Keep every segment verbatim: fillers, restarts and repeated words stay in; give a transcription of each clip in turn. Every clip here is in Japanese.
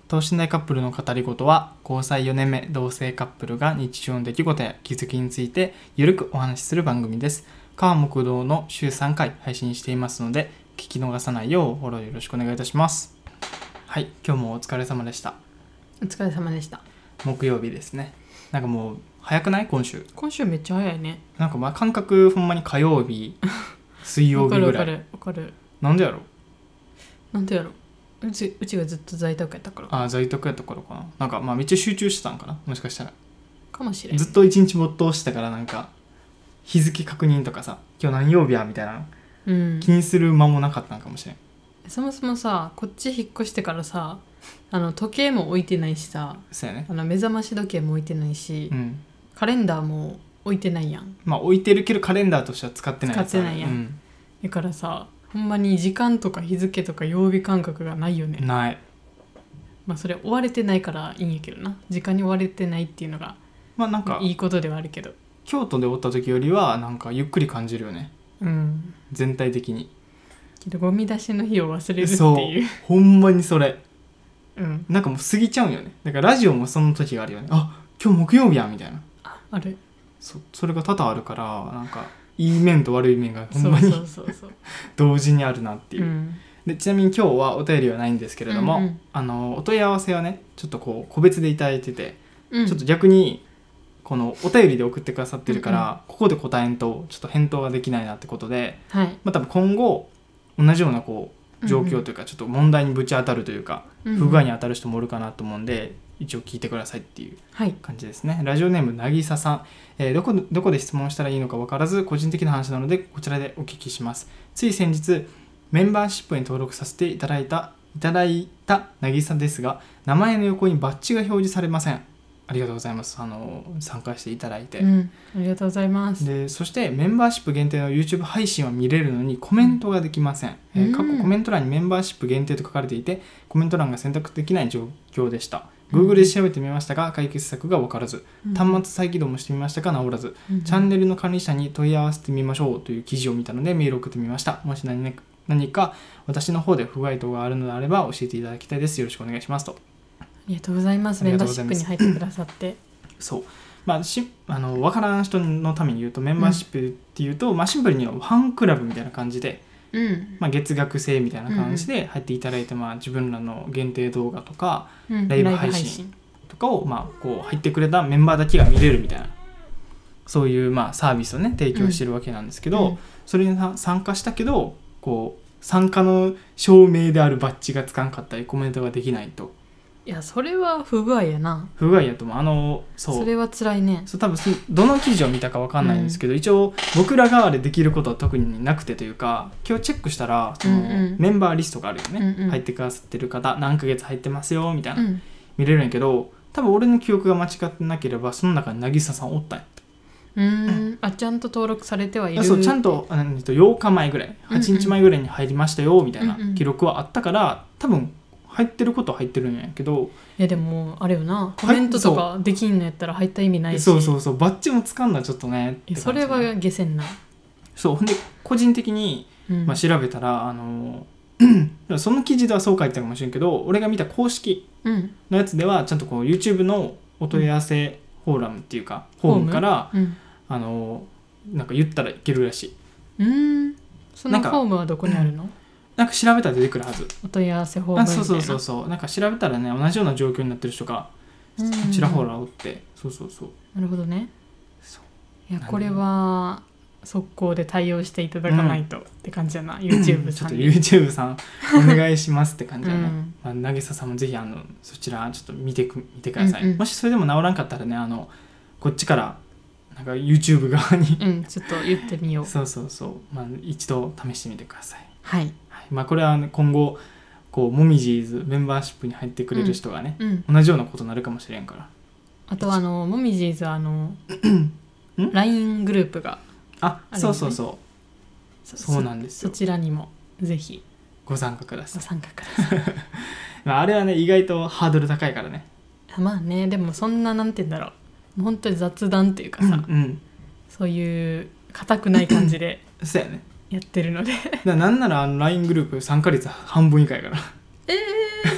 等身大カップルの語りごとは、交際よねんめ同性カップルが日常の出来事や気づきについてゆるくお話しする番組です。川木道の週さんかい配信していますので、聞き逃さないようフォローよろしくお願いいたします。はい、今日もお疲れ様でした。 お疲れ様でした。 木曜日ですね。なんかもう早くない？今週今週めっちゃ早いね。 なんかまあ感覚ほんまに火曜日水曜日ぐらい。 わかるわかるわかる。 なんでやろなんでやろうち、うちがずっと在宅やったからかああ在宅やったからかな。なんかまあめっちゃ集中してたんかな、もしかしたら。 かもしれん。 ずっと一日没頭してたから、なんか日付確認とかさ、今日何曜日やみたいな、 うん、 気にする間もなかったんかもしれん。 そもそもさ、こっち引っ越してからさ、あの時計も置いてないしさ、 そうやね。 あの目覚まし時計も置いてないし、 うん、 カレンダーも置いてないやん。 まあ置いてるけどカレンダーとしては使ってないやつある。 使ってないやん、 うん、 だからさ、ほんまに時間とか日付とか曜日感覚がないよね。 ない。 まあそれ追われてないからいいんやけどな。時間に追われてないっていうのがまあなんかいいことではあるけど、 京都でおった時よりはなんかゆっくり感じるよね、 うん、 全体的に。 けどゴミ出しの日を忘れるっていう。 そうほんまにそれ、 うん、 なんかもう過ぎちゃうんよね。だからラジオもその時があるよね。あ、今日木曜日やみたいな。 あ、ある。 そ, それが多々あるから、なんかいい面と悪い面がほんまにそうそうそうそう同時にあるなっていう、うん、でちなみに今日はお便りはないんですけれども、うんうん、あのお問い合わせはねちょっとこう個別でいただいてて、うん、ちょっと逆にこのお便りで送ってくださってるから、うんうん、ここで答えんとちょっと返答ができないなってことで、はい、まあ、多分今後同じようなこう状況というか、ちょっと問題にぶち当たるというか、うんうん、不具合に当たる人もおるかなと思うんで、一応聞いてくださいっていう感じですね、はい、ラジオネームなぎささん、えー、どこどこで質問したらいいのか分からず個人的な話なのでこちらでお聞きします。つい先日メンバーシップに登録させていただいたいただいたなぎさですが、名前の横にバッジが表示されません。ありがとうございます。あの参加していただいて、うん、 ありがとうございます。 でそしてメンバーシップ限定の YouTube 配信は見れるのにコメントができません、うん、えー、過去コメント欄にメンバーシップ限定と書かれていてコメント欄が選択できない状況でした。 Google で調べてみましたが解決策が分からず、うん、端末再起動もしてみましたが治らず、うん、チャンネルの管理者に問い合わせてみましょうという記事を見たのでメールを送ってみました。もし 何, 何か私の方で不具合等があるのであれば教えていただきたいです。よろしくお願いしますと。 ありがとうございます。メンバーシップに入ってくださってそう、まあ、しあの分からん人のために言うとメンバーシップっていうと、うん、まあ、シンプルにはファンクラブみたいな感じで、うん、まあ、月額制みたいな感じで入っていただいて、うん、まあ、自分らの限定動画とか、うん、ライブ配信とかを、まあ、こう入ってくれたメンバーだけが見れるみたいな、そういうまあサービスをね提供してるわけなんですけど、うん、それに参加したけどこう参加の証明であるバッジがつかんかったりコメントができないと。 いやそれは不具合やな。 不具合やと思う。あのそうそれは辛いね。 そう多分どの記事を見たか分かんないんですけど、うん、一応僕ら側でできることは特になくてというか、今日チェックしたらその、うんうん、メンバーリストがあるよね、うんうん、入ってくださってる方何ヶ月入ってますよみたいな、うん、見れるんやけど、多分俺の記憶が間違ってなければその中に渚さんおったんや。 うーんあちゃんと登録されてはいる。 そうちゃんとようかまえぐらいはちにちまえぐらいに入りましたよみたいな記録はあったから、うんうん、多分入ってることは入ってるんやけど、 いやでもあれよな、コメントとかできんのやったら入った意味ないし、 そうそうそうバッジもつかんのはちょっとねって感じ。 それは下せんな。 そうほんで個人的に、まあ、調べたら、うん、あのその記事ではそう書いてたかもしれんけど、俺が見た公式のやつではちゃんとこう YouTube のお問い合わせフォーラムっていうか、うん、ホームから、うん、あのなんか言ったらいけるらしい。 うーんそのフォームはどこにあるの？ なんか調べたら出てくるはず。 お問い合わせフォームみたいな。 あそうそうそうそう、なんか調べたらね同じような状況になってる人がちらほらおって、そうそうそう。 なるほどね。そういやこれは速攻で対応していただかないとって感じだな、うん、YouTube さんに。 ちょっと YouTube さんお願いしますって感じだね。うんまあ、渚さんもぜひあのそちらちょっと見てく見てください、うんうん。もしそれでも治らんかったらね、あのこっちからなんか YouTube 側にうんちょっと言ってみよう。 そうそうそう、まあ、一度試してみてください。 はい。 まあ、これは、ね、今後こうモミジーズメンバーシップに入ってくれる人がね、うんうん、同じようなことになるかもしれんから。あとあのモミジーズはあの ライン グループがあ、あ、ね、そうそうそうそそうなんですよ。 そちらにもぜひご参加ください。 ご参加くださいまあ、あれはね意外とハードル高いからね。 まあね、でもそんななんて言うんだろう、本当に雑談っていうかさ、うんうん、そういう硬くない感じでそうやねやってるのでだなんならあの ライン グループ参加率半分以下やから。 え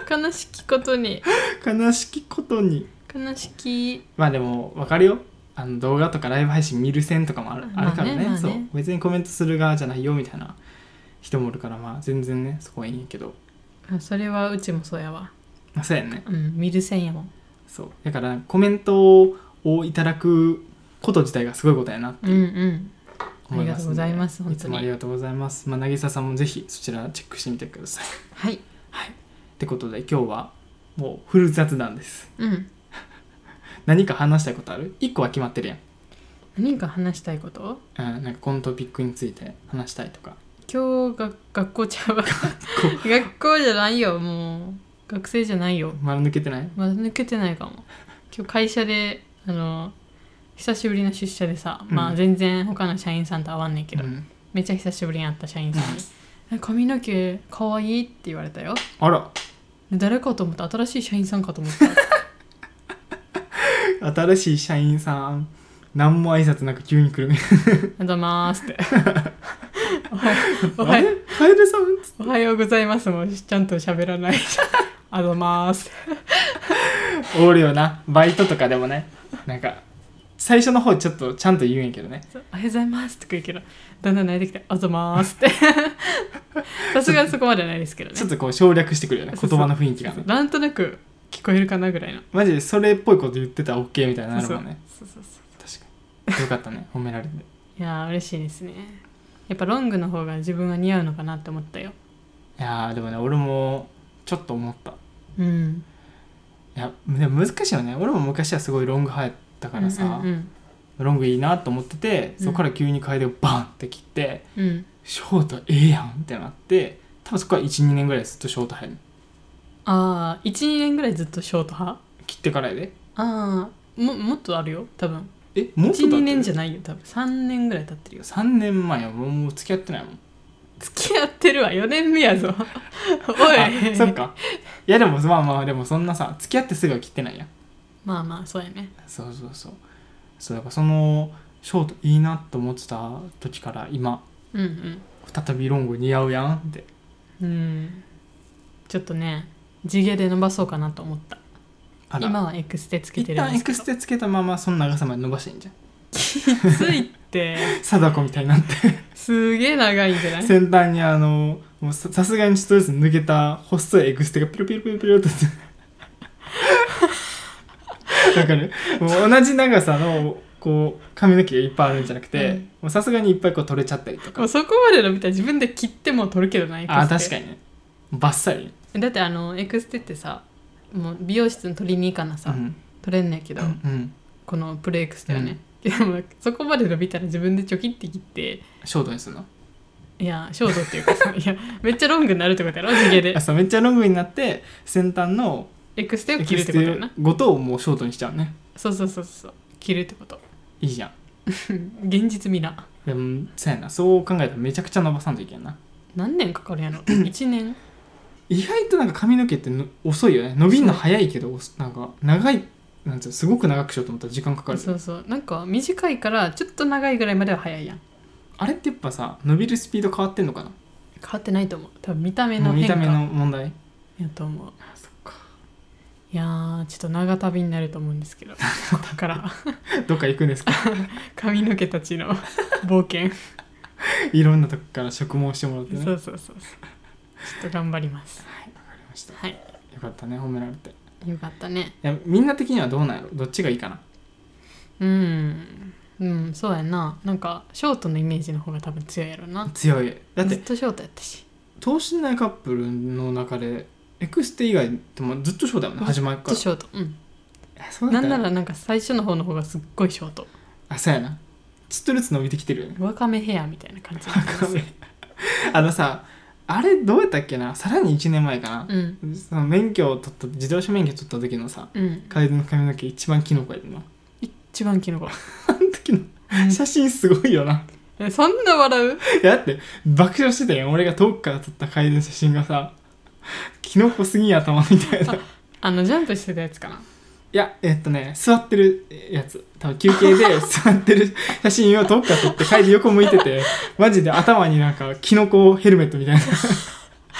悲しきことに悲しきことに悲しき。 まあでも分かるよ、あの動画とかライブ配信見る線とかもある、あるからね、まあね、そう別にコメントする側じゃないよみたいな人もいるから、まあ全然ねそこはいいんやけど、 あそれはうちもそうやわ。 まあそうやね、 うん見る線やもん。 そうだからコメントをいただくこと自体がすごいことやなってうんうん思います、ね、 ありがとうございます。本当にいつもありがとうございます。まあ、渚さんもぜひそちらチェックしてみてください。 はい、 はい、ってことで今日はもうフル雑談です。 うん何か話したいことある？いっこは決まってるやん。 何か話したいこと？ うん、なんかこのトピックについて話したいとか。 今日が学校ちゃうわ学校じゃないよ、もう学生じゃないよ。 まだ抜けてない？ まだ抜けてないかも。今日会社であの久しぶりの出社でさ、うん、まあ全然他の社員さんと会わんねんけど、うん、めっちゃ久しぶりに会った社員さんにえ髪の毛かわいいって言われたよ。あら、誰かと思った新しい社員さんかと思った新しい社員さん何も挨拶なく急に来るねおはようございますっておはようおはようございますもちゃんと喋らないあどますおるよな、バイトとかでもね、なんか最初の方ちょっとちゃんと言うんやけどね、 おはようございますって言うけどだんだん慣れてきてあどますってさすがにそこまではないですけどね、 ちょっとこう省略してくるよね、言葉の雰囲気がね、 なんとなく聞こえるかなぐらいの、 マジでそれっぽいこと言ってたら OK みたいになるもんね。 そうそうそうそう、 確かによかったね褒められていや嬉しいですね。やっぱロングの方が自分は似合うのかなって思ったよ。 いやでもね俺もちょっと思った。 うんいやでも難しいよね。俺も昔はすごいロング流行ったからさ、うんうんうん、ロングいいなと思ってて、そこから急に楓をバンって切って、うん、ショートええやんってなって、多分そこから いちにねんぐらいずっとショート流行る。 ああ いちにねんぐらいずっとショート派切ってからやで。 ああ も, もっとあるよ多分。 えもっと経ってる？いちにねんじゃないよ多分さんねんぐらい経ってるよ。 さんねんまえはもう付き合ってないもん。 付き合ってるわよねんめやぞおいそっか。いやでもまあまあでもそんなさ付き合ってすぐは切ってないやん。 まあまあそうやね。 そうそうそうそうだからそのショートいいなと思ってた時から今、うんうん、再びロング似合うやんって。 うんちょっとね地毛で伸ばそうかなと思った。今はエクステつけてるんですけど、一旦エクステつけたままその長さまで伸ばしていいんじゃん。 きついって貞子みたいになってすげえ長いんじゃない？ 先端にあのもうさすがにちょっとずつ抜けた細いエクステがピロピロピロピロってわかる？もう同じ長さのこう髪の毛がいっぱいあるんじゃなくて、もうさすがにいっぱいこう取れちゃったりとか。 もうそこまで伸びたら自分で切っても取るけどな。エクステあ確かにねバッサリ。 だってあのエクステってさもう美容室に取りに行かなさ、うん、取れんねんけど、うんうん、このプレエクステはね、うん、でもそこまで伸びたら自分でチョキって切ってショートにするの？ いやショートっていうかさいやめっちゃロングになるってことやろ地毛で。 あそうめっちゃロングになって先端のエクステを切るってことやな。 ごとをもうショートにしちゃうね。 そうそうそうそう切るってこと。 いいじゃん現実見な。 でもそうやな、そう考えたらめちゃくちゃ伸ばさんといけんな。 何年かかるやろいちねん意外となんか髪の毛っての遅いよね。伸びるの早いけどなんか長いなんつうすごく長くしようと思ったら時間かかる。 そうそうなんか短いからちょっと長いぐらいまでは早いやん。 あれってやっぱさ伸びるスピード変わってんのかな？ 変わってないと思う。多分見た目の変化見た目の問題やと思う。 あそっか。 いやーちょっと長旅になると思うんですけどだからどっか行くんですか？ 髪の毛たちの冒険いろんなとこから植毛してもらってね。 そうそうそうそうちょっと頑張ります。 はいわかりました、 はい、 よかったね褒められて。 よかったね。 いやみんな的にはどうなんやろ？どっちがいいかな？ うんうんそうやな。なんかショートのイメージの方が多分強いやろな。 強い。だってずっとショートやったし等身大カップルの中でエクステ以外でもずっとショートだもんね。始まりからずっとショート。うんそうなんならなんか最初の方の方がすっごいショート。 あそうやなちょっとずつ伸びてきてるよね。 わかめヘアみたいな感じ。 わかめあのさあれどうやったっけな、さらにいちねんまえかな、うん、その免許を取った自動車免許取った時のさ、うん、楓の髪の毛一番キノコやでな。 一番キノコあの時の写真すごいよな、 うん、えそんな笑う？いやだって爆笑してたよ俺が遠くから撮った楓の写真がさキノコすぎん頭みたいな。 あ, あのジャンプしてたやつかな。 いやえっとね座ってるやつ多分休憩で座ってる写真を遠くから撮って楓横向いててマジで頭になんかキノコヘルメットみたいな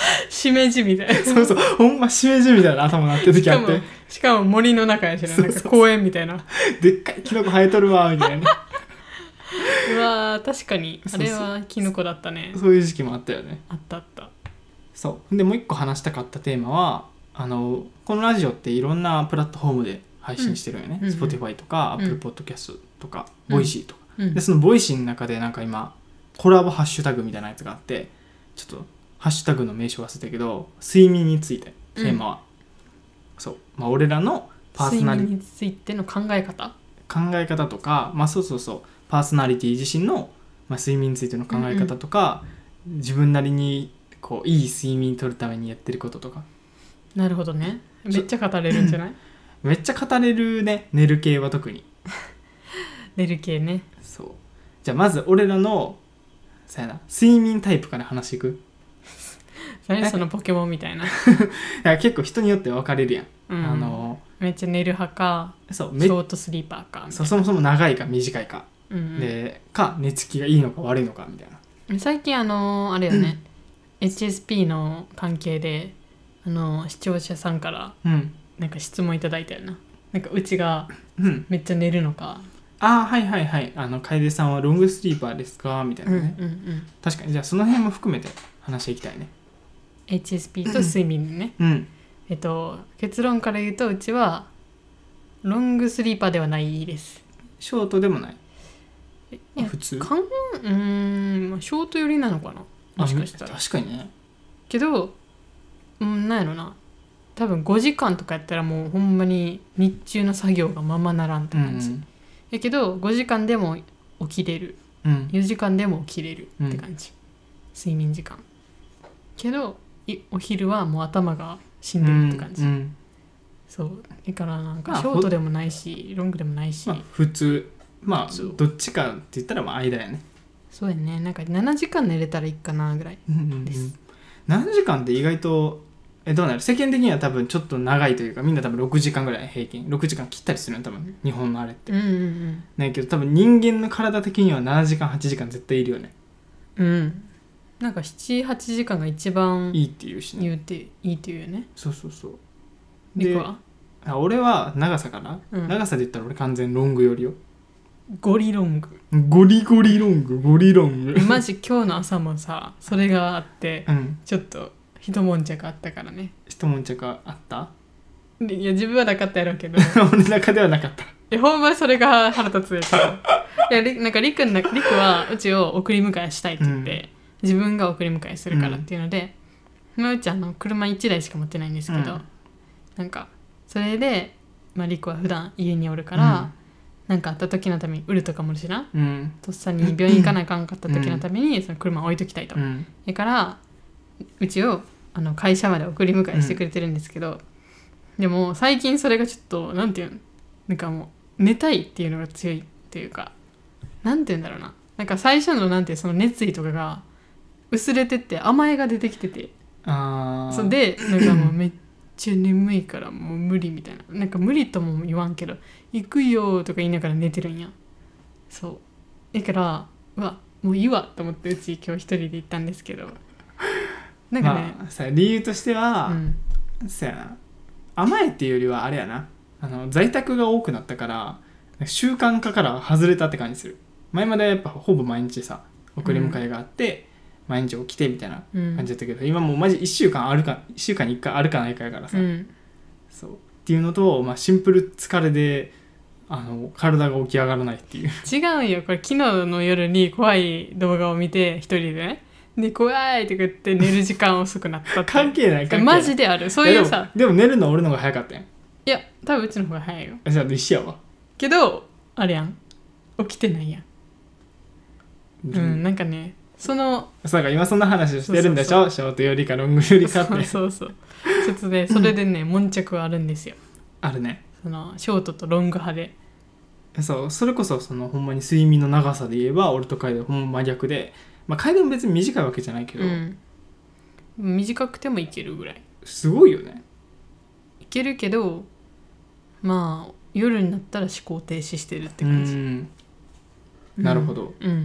しめじみたいなそうそうほんましめじみたいな頭になってる時あって、 しかも森の中やしね、なんか公園みたいなでっかいキノコ生えとるわみたいなうわー確かにあれはキノコだったね。 そういう時期もあったよね。 あったあった。 そうでもう一個話したかったテーマはあのこのラジオっていろんなプラットフォームで配信してるよね、うん、Spotify とか、うん、Apple Podcast とか、うん、Voicy とか、うん、でその Voicy の中でなんか今コラボハッシュタグみたいなやつがあって、ちょっとハッシュタグの名称忘れたけど、睡眠についてテーマは、うん、そう、まあ、俺らのパーソナリティ睡眠についての考え方考え方とか、まあそうそうそうパーソナリティ自身の、まあ、睡眠についての考え方とか、うんうん、自分なりにこういい睡眠取るためにやってることとか。 なるほどね。めっちゃ語れるんじゃないめっちゃ語れるね。寝る系は特に寝る系ね。 そう。じゃあまず俺らのさやな睡眠タイプから話していく何そのポケモンみたいないや結構人によって分かれるやん、 うん、あのめっちゃ寝る派かそうショートスリーパーかそうそもそも長いか短いか、うんうん、でか寝つきがいいのか悪いのかみたいな。最近あのあれよねエイチエスピー の関係であの視聴者さんからなんか質問いただいたよな。なんかうちがめっちゃ寝るのか、 うん、ああはいはいはいあの楓さんはロングスリーパーですかみたいなね、うんうんうん、確かにじゃあその辺も含めて話していきたいね。 エイチエスピー と睡眠ね、うん、えっと結論から言うとうちはロングスリーパーではないです。 ショートでもない、 いや普通かんうーんショート寄りなのかなもしかしたら。 確かにね。 けど、うん、なんやろな多分ごじかんとかやったらもうほんまに日中の作業がままならんって感じ、うんうん、やけどごじかんでも起きれる、うん、よじかんでも起きれるって感じ、うん、睡眠時間けどお昼はもう頭が死んでるって感じ、うんうん、そうだからなんかショートでもないしロングでもないし、 まあ、普通まあどっちかって言ったらまあ間やね。 そうやね。なんかななじかん寝れたらいいかなぐらいです、うんうんうん、 ななじかんって意外とえどうなる。世間的には多分ちょっと長いというかみんな多分ろくじかんぐらい平均ろくじかん切ったりするの多分日本のあれって、うんうんうん、だけど多分人間の体的にはななじかんはちじかん絶対いるよね。 うんなんかななはちじかんが一番いいっていうしね。 言うていいっていうよね。 そうそうそう。 リクはあ俺は長さかな、うん、長さで言ったら俺完全ロングよりよ。 ゴリロングゴリゴリロングゴリロングマジ今日の朝もさそれがあって、うん、ちょっと一悶着あったからね。 一悶着あった。 いや自分はなかったやろうけど俺の中ではなかった。 えほんまそれが腹立つやけどいやなんかリクなリクはうちを送り迎えしたいって言って、うん、自分が送り迎えするからっていうので、うん、うちあの車いちだいしか持ってないんですけど、うん、なんかそれで、まあ、リクは普段家におるから、うんなんかあった時のために売るとかもあるしな、うん、とっさに病院行かなあかんかった時のためにその車を置いときたいと、うん、だからうちをあの会社まで送り迎えしてくれてるんですけど、うん、でも最近それがちょっとなんていうのなんかもう寝たいっていうのが強いっていうかなんていうんだろうななんか最初のなんていうその熱意とかが薄れてって甘えが出てきててあそうでなんかもうめっちゃ眠いからもう無理みたいななんか無理とも言わんけど行くよとか言いながら寝てるんや。そうだからうわもういいわと思ってうち今日一人で行ったんですけどなんかね、 まあ、さ理由としては、うん、そうやな甘えっていうよりはあれやなあの在宅が多くなったから習慣化から外れたって感じする。前までやっぱほぼ毎日さ送り迎えがあって、うん、毎日起きてみたいな感じだったけど、うん、今もうマジいっしゅうかんあるかいっしゅうかんにいっかいあるかないかやからさ、うん、そうっていうのと、まあ、シンプル疲れであの体が起き上がらないっていう。 違うよこれ昨日の夜に怖い動画を見て一人でねで怖いって言って寝る時間遅くなったって関係ない関係ないマジであるそういうさ。 でも、でも寝るのは俺の方が早かったやん。 いや多分うちの方が早いよ。 じゃあ一緒やわけどあれやん起きてないやん。うん、うん、なんかねそのそうか今そんな話をしてるんでしょ。そうそうそうショートよりかロングよりかって。 そうそうそうちょっとねそれでね悶着はあるんですよ。 あるねそのショートとロング派で。 そうそれこそそのほんまに睡眠の長さで言えば俺と楓はほんま真逆で、まあ、楓も別に短いわけじゃないけど、うん、 短くてもいけるぐらいすごいよね。 いけるけどまあ夜になったら思考停止してるって感じ。 うんなるほど、 うん、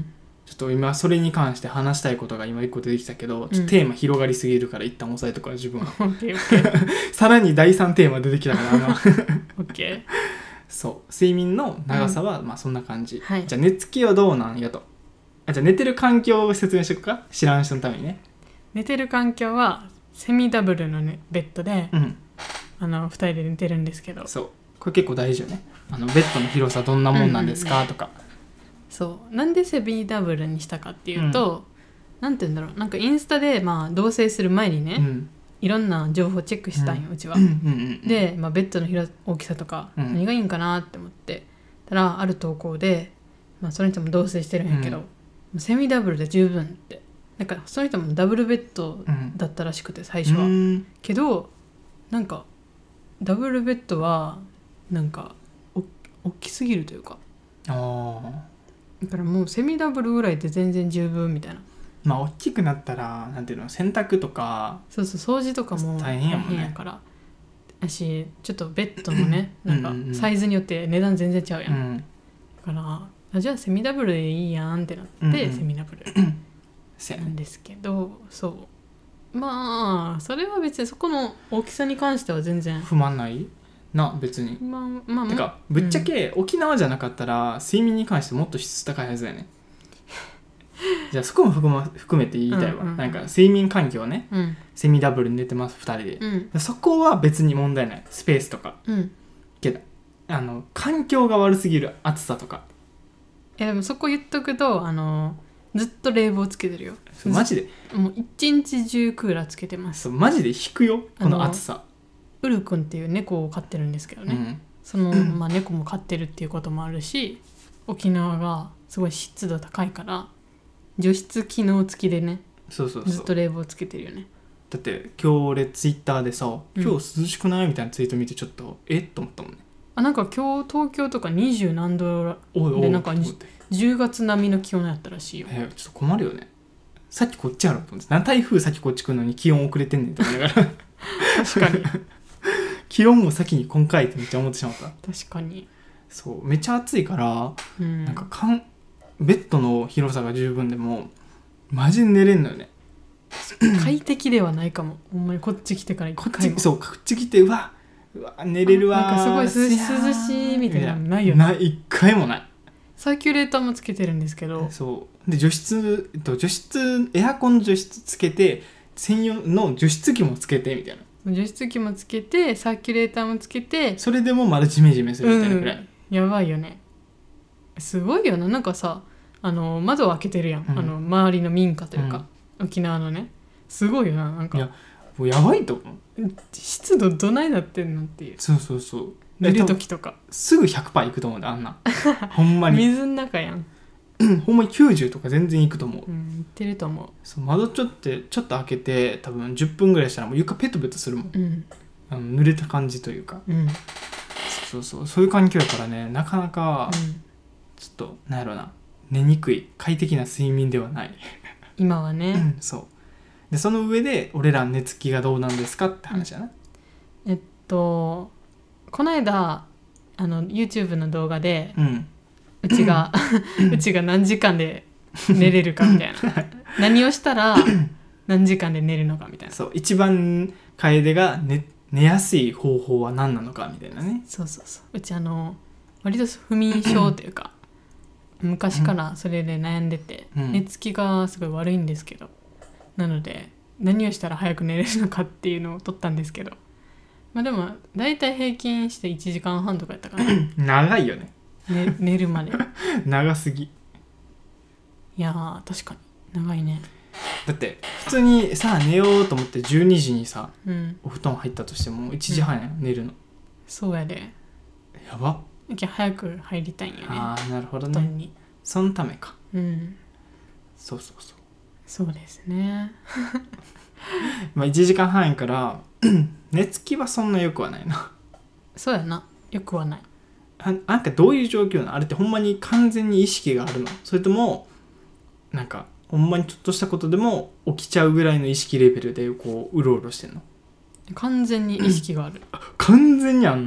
ちょっと今それに関して話したいことが今一個出てきたけど、ちょっとテーマ広がりすぎるから一旦押さえとくわ自分は。 オッケーオッケーさらにだいさんテーマ出てきたからあのオッケー。 そう睡眠の長さはまあそんな感じ、 はいじゃあ寝つきはどうなんやと。あじゃあ寝てる環境を説明しておくか、知らん人のためにね。 寝てる環境はセミダブルの、ね、ベッドで、 うんあのふたりで寝てるんですけど、 そうこれ結構大事よね。あのベッドの広さどんなもんなんですか、 うんうんうんとか。 そうなんでセミダブルにしたかっていうと、なんて言うんだろう、なんかインスタでまあ同棲する前にね、 うんいろんな情報チェックしたんよ、うちはうん。うんうん、 で、まあ、ベッドの広大きさとか、 うん何がいいんかなって思ってたら、ある投稿で、まあ、その人も同棲してるんやけど、セミダブルで十分って、なんかその人もダブルベッドだったらしくて最初は、 うんけどなんかダブルベッドはなんかお大きすぎるというか、 あだからもうセミダブルぐらいで全然十分みたいな。 まあ大きくなったらなんていうの、洗濯とかそうそう掃除とかも大変やもんね大変やからやし、ちょっとベッドのねなんかうんうんうんサイズによって値段全然ちゃうやん、 うんだからあじゃあセミダブルでいいやんってなって、 うんうんセミダブルせやねなんですけど、そうまあそれは別にそこの大きさに関しては全然不満ないな別に。 まあまあてかぶっちゃけ沖縄じゃなかったら睡眠に関してもっと質高いはずやね。じゃあそこも含,、ま、含めて言いたいわ、 うんうんうんなんか睡眠環境ね、 うんセミダブルに寝てますふたりで、 うんそこは別に問題ない、スペースとか。 うんけどあの環境が悪すぎる、暑さとか。 いやでもそこ言っとくと、あのずっと冷房つけてるよ。 そうマジでもう一日中クーラーつけてます。 そうマジで引くよこの暑さ。 ウル君っていう猫を飼ってるんですけどね、 うんその、まあ、猫も飼ってるっていうこともあるし、沖縄がすごい湿度高いから除湿機能付きでね、 そうそうそうずっと冷房つけてるよね。 だって今日俺ツイッターでさ「 うん今日涼しくない?」みたいなツイート見てちょっとえっと思ったもんね。 あなんか今日東京とか二十何度おいおいでなんかと思ってじゅうがつ並みの気温やったらしいよ。 えちょっと困るよね。さっきこっちやろと思って、な台風さっきこっち来るのに気温遅れてんねんって思いながら確かに気温も先に今回ってめっちゃ思ってしまった。 確かに、 そうめっちゃ暑いから、 うん、 なんかかんベッドの広さが十分でもマジで寝れんのよね。 快適ではないかも、ほんまにこっち来てから一こっ回もちそうこっち来てうわうわ寝れるわなんかすごい涼しー涼しいみたいなのないよね。 ない一回もない。 サーキュレーターもつけてるんですけど、 そうで除湿、えっと、除湿エアコン除湿つけて専用の除湿機もつけてみたいな、 除湿機もつけてサーキュレーターもつけて、 それでもまだジメジメするみたいなくらい、 うん、やばいよね。すごいよな。なんかさ、あの窓を開けてるやん、 うんあの周りの民家というか、沖縄のね、すごいよな。なんかいやもうやばいと思う。 湿度どないなってんのっていう、 そうそうそう寝る時とかすぐ ひゃくパーセント いくと思うんだあんなほんまに水の中やん、 ほんまにきゅうじゅうとか全然いくと思う。 うん、言ってると思そう窓ちょっとちょっと開けて多分じゅっぷんぐらいしたらもう床ペトペトするもん、 う。うんあの濡れた感じというか、 うんそうそうそういう環境やからね、なかなかちょっとなんやろな、寝にくい快適な睡眠ではない今はね、 そうでその上で俺ら寝つきがどうなんですかって話やな、 えっとこの間あの YouTube の動画でうんうちがうちが何時間で寝れるかみたいな何をしたら何時間で寝るのかみたいな。 そう一番楓が寝寝やすい方法は何なのかみたいなね。 そうそうそう、うちあの割と不眠症というか昔からそれで悩んでて、 うん、 寝つきがすごい悪いんですけど、なので何をしたら早く寝れるのかっていうのを撮ったんですけど、まあでも大体平均していちじかんはんとかやったかな長いよねね、寝るまで。 長すぎ。 いやー確かに長いね。 だって普通にさ寝ようと思ってじゅうにじにさうんお布団入ったとしてもいちじはんや、寝るの。 そうやで。 やば。 いや早く入りたいんよね。 ああなるほどね。 布団に。 そのためか。 うんそうそうそう。 そうですね。 まあいちじかんはんやから寝つきはそんな良くはないな。 そうやな、よくはない。 あなんかどういう状況なのあれって？ほんまに完全に意識があるの？それともなんかほんまにちょっとしたことでも起きちゃうぐらいの意識レベルでこううろうろしてんの？ 完全に意識がある。 完全にあんの？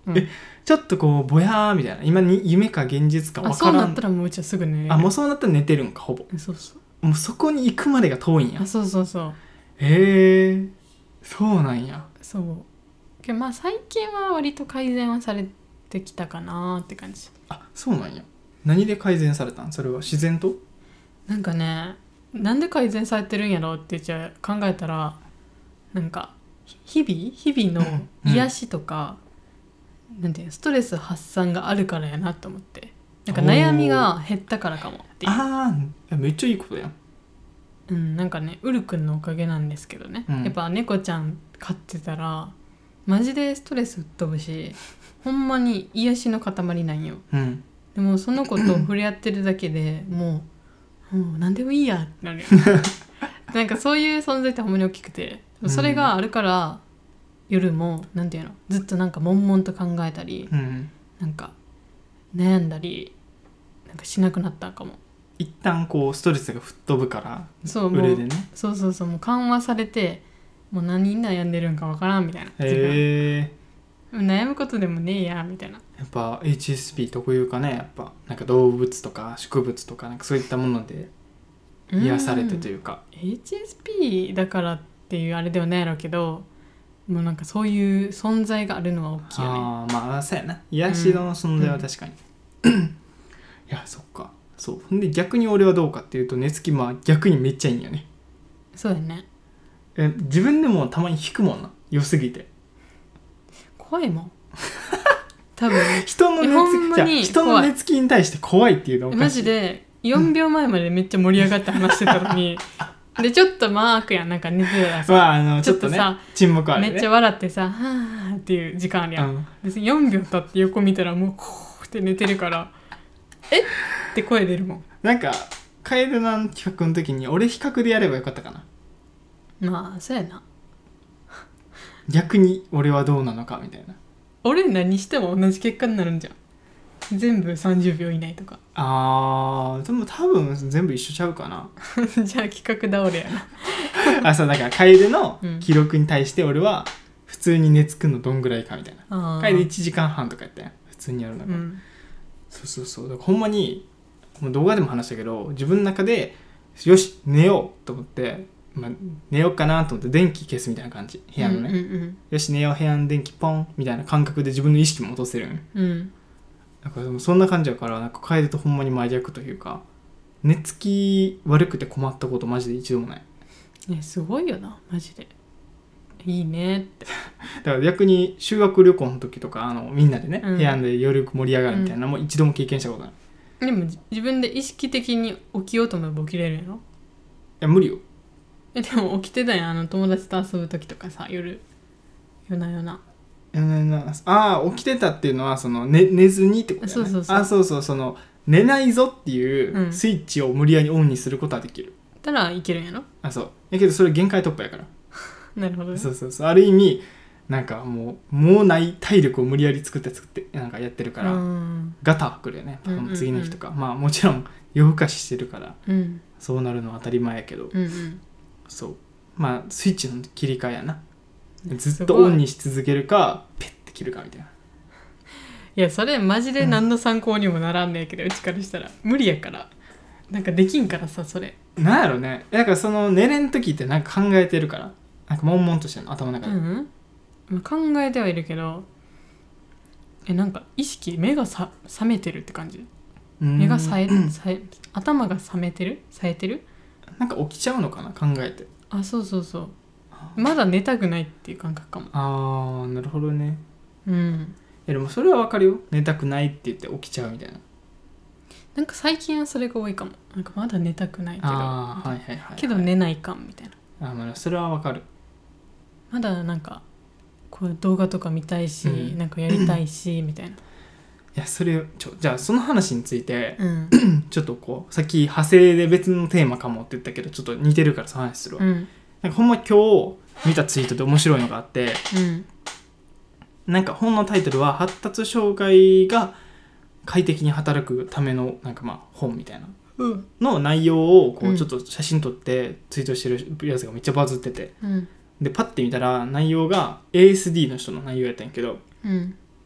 うん、 えちょっとこうぼやーみたいな今に夢か現実か分からん。 あそうなったらもううちはすぐ寝れる。 あもうそうなったら寝てるんかほぼ。 そうそうもうそこに行くまでが遠いんや。 あそうそうそうへえそうなんや。 そうけどまあ最近は割と改善はされてきたかなって感じ。 あそうなんや。何で改善されたんそれは。自然と。 なんかねなんで改善されてるんやろってじゃ考えたらなんか日々日々の癒しとか、うん、なんていうストレス発散があるからやなと思って、なんか悩みが減ったからかもっていう。 ああめっちゃいいことやん。 うんなんかねウルくんのおかげなんですけどね、うん、やっぱ猫ちゃん飼ってたらマジでストレス吹っ飛ぶしほんまに癒しの塊なんよ、 うん、 でもその子と触れ合ってるだけでもう、うん、何でもいいやってなるよなんかそういう存在ってほんまに大きくて、それがあるから夜もなんていうのずっとなんか悶々と考えたり、 うん、 なんか悩んだりなんかしなくなったかも。 一旦こうストレスが吹っ飛ぶからそうもうで、ね、そうそうそうもう緩和されてもう何に悩んでるんかわからんみたいな。 へえ悩むことでもねえやみたいな。 やっぱ エイチエスピー 特有かね。やっぱなんか動物とか植物とかなんかそういったもので癒されてというか、 うん、エイチエスピー だからっていうあれではないやろうけどもうなんかそういう存在があるのは大きいよね。 ああまあそうやな癒しの存在は確かに、うん、いやそっかそうほんで逆に俺はどうかっていうと寝つきまあ逆にめっちゃいいんよね。 そうやね。 え自分でもたまに引くもんな良すぎて。 怖いもん多分人の寝つきじゃ人の寝つきに対して怖いっていうのおかしい。 マジでよんびょうまえまでめっちゃ盛り上がって話してたのにでちょっとマークやんなんか寝てたらさ、 まあ、あのちょっとね、 ちょっとさ沈黙あるね、 めっちゃ笑ってさはーっていう時間あるやん、うん、別によんびょう経って横見たらもうこうって寝てるからえって声出るもん。 なんか楓の企画の時に俺比較でやればよかったかな。 まあそうやな。 逆に俺はどうなのかみたいな。 俺何しても同じ結果になるんじゃん全部さんじゅうびょう以内とか。 あーでも多分全部一緒ちゃうかなじゃあ企画倒れやなあそうだから楓の記録に対して俺は普通に寝つくのどんぐらいかみたいな。楓いちじかんはんとかやったやん普通にやるのが、うん、そうそうそうだからほんまにもう動画でも話したけど自分の中でよし寝ようと思って、まあ、寝ようかなと思って電気消すみたいな感じ部屋のね、 うんうんうん、 よし寝よう部屋の電気ポンみたいな感覚で自分の意識も戻せるん、 うん、 だからそんな感じだからなんか楓とほんまに真逆というか寝つき悪くて困ったことマジで一度もない、 ね、すごいよなマジでいいねってだから逆に修学旅行の時とかあのみんなでね、うん、部屋で夜盛り上がるみたいなのも一度も経験したことない、 うん、でも自分で意識的に起きようと思えば起きれるやろ。いや無理よ。 えでも起きてたやんあの友達と遊ぶ時とかさ夜夜な夜なああ起きてたっていうのはその、ね、寝ずにってことだよね。 そうそうそうあそうそうその寝ないぞっていうスイッチを無理やりオンにすることはできる、 うん、たらいけるんやろ。 あそうやけどそれ限界突破やからなるほど、ね、 そうそうそうある意味なんかもうもうない体力を無理やり作って作ってなんかやってるからガタくるよね次の日とか、うんうんうん、まあもちろん夜更かししてるから、うん、そうなるのは当たり前やけど、 うんうん、 そうまあスイッチの切り替えやな。ずっとオンにし続けるかペッて切るかみたいな。 いやそれマジで何の参考にもならんねんけど、うん、うちからしたら無理やからなんかできんからさそれなんやろね。だからその寝れん時ってなんか考えてるからなんか悶々としてるの頭の中で、 うんうん、考えてはいるけどえなんか意識目がさ覚めてるって感じ。目がさえ、うん、さえ頭が覚めてる冴えてるなんか起きちゃうのかな考えて。 あそうそうそうまだ寝たくないっていう感覚かも。 あーなるほどね。 うんいやでもそれはわかるよ。寝たくないって言って起きちゃうみたいな。 なんか最近はそれが多いかも。なんかまだ寝たくないけどあーはいはいはい、はい、 けど寝ないかんみたいな。 あまあそれはわかる。 まだなんかこう動画とか見たいし、うん、なんかやりたいしみたいな。 いやそれちょじゃあその話について、 うん、 ちょっとこうさっき派生で別のテーマかもって言ったけどちょっと似てるからその話するわ、 うん、 なんかほんま今日見たツイートで面白いのがあって、 うん、 なんか本のタイトルは発達障害が快適に働くためのなんかまあ本みたいなの内容をこうちょっと写真撮ってツイートしてるやつがめっちゃバズってて、 うん、 でパッて見たら内容が エーエスディー の人の内容やったんやけど、 うん、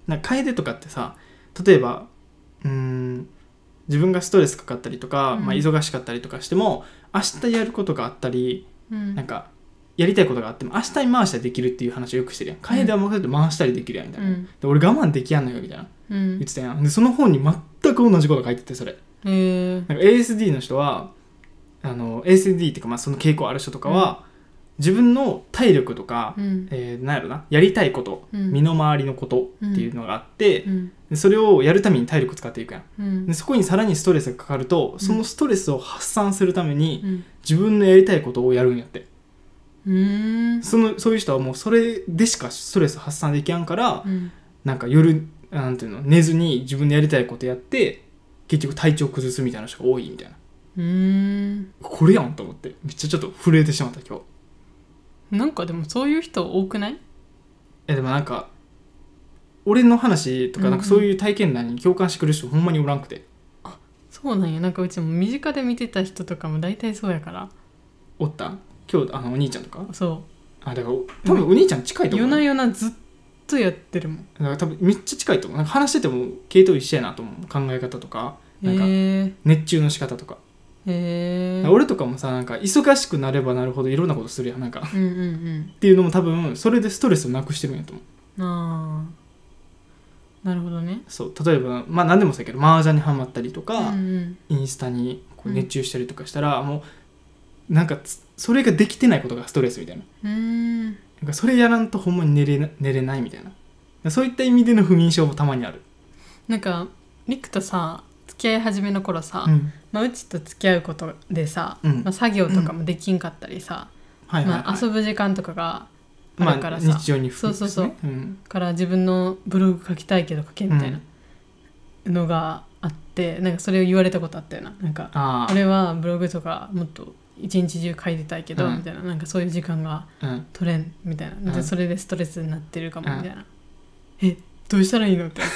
なんか楓とかってさ、例えばうーん自分がストレスかかったりとか、 うんまあ、忙しかったりとかしても明日やることがあったり、 うん、 なんかやりたいことがあっても明日に回したらできるっていう話をよくしてるやん。楓はもう回したりできるやんみたいな、 うん、 で俺我慢できやんのよみたいな、 うん、 言ってたやん。でその本に全く同じこと書いてて、それへーなんか エーエスディー の人はあの エーエスディー っていうか、まあ、その傾向ある人とかは、うん、自分の体力とか、 うんえー、なんやろな、やりたいこと、うん、身の回りのことっていうのがあって、うん、でそれをやるために体力使っていくやん、うん、でそこにさらにストレスがかかると、そのストレスを発散するために、うん、自分のやりたいことをやるんやって、うん、そのそういう人はもうそれでしかストレス発散できやんから、うん、なんか夜なんていうの、寝ずに自分のやりたいことやって結局体調崩すみたいな人が多いみたいな。うーん、これやんと思ってめっちゃちょっと震えてしまった今日。なんかでもそういう人多くない？ えでもなんか俺の話とかなんかそういう体験談に共感してくれる人ほんまにおらんくて、 うんうん、あ、そうなんや。なんかうちも身近で見てた人とかも大体そうやから。 おった？今日あのお兄ちゃんとか？ そう。 あ、だから多分お兄ちゃん近いと思う。 夜な夜なずっとやってるもん。だから多分めっちゃ近いと思う。なんか話してても系統一緒やなと思う。考え方とかなんか熱中の仕方とか。へー、俺とかもさ、なんか忙しくなればなるほどいろんなことするやん、なんか、うんうんうん、っていうのも多分それでストレスをなくしてるんやと思う。 ああ、なるほどね。 そう例えばまあ何でもそうやけど麻雀にハマったりとか、うんうん、インスタにこう熱中したりとかしたら、うん、もうなんかそれができてないことがストレスみたいな。うーん、なんかそれやらんとほんまに寝れな、寝れないみたいな。そういった意味での不眠症もたまにある。 なんかリクとさ付き合い始めの頃さ、うんまあ、うちと付き合うことでさ、うんまあ、作業とかもできんかったりさ、うんはいはいはいまあ、遊ぶ時間とかがあるからさ、まあ、日常にそうそうそう、うん、から自分のブログ書きたいけど書けみたいなのがあって、うん、なんかそれを言われたことあったよな。なんか俺はブログとかもっと一日中書いてたいけど、うん、みたいな、なんかそういう時間が取れんみたいな、うん、でそれでストレスになってるかもみたいな、うん、えどうしたらいいのって思